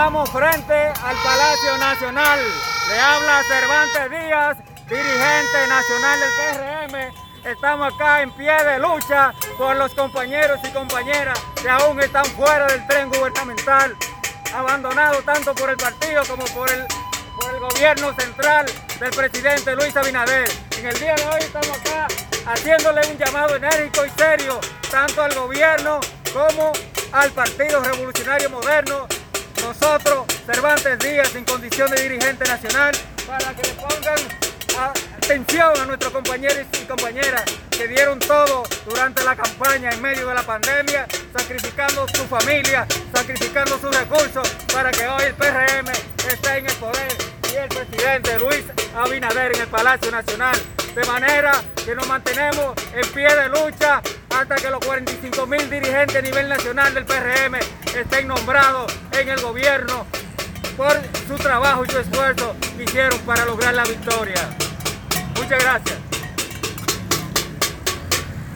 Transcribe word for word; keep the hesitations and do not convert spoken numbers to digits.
Estamos frente al Palacio Nacional. Le habla Cervantes Díaz, dirigente nacional del P R M. Estamos acá en pie de lucha por los compañeros y compañeras que aún están fuera del tren gubernamental, abandonados tanto por el partido como por el, por el gobierno central del presidente Luis Abinader. En el día de hoy estamos acá haciéndole un llamado enérgico y serio tanto al gobierno como al Partido Revolucionario Moderno. Nosotros, Cervantes Díaz, en condición de dirigente nacional, para que le pongan atención a nuestros compañeros y compañeras que dieron todo durante la campaña en medio de la pandemia, sacrificando su familia, sacrificando sus recursos para que hoy el P R M esté en el poder y el presidente Luis Abinader en el Palacio Nacional. De manera que nos mantenemos en pie de lucha hasta que los cuarenta y cinco mil dirigentes a nivel nacional del P R M estén nombrados en el gobierno por su trabajo y su esfuerzo que hicieron para lograr la victoria. Muchas gracias.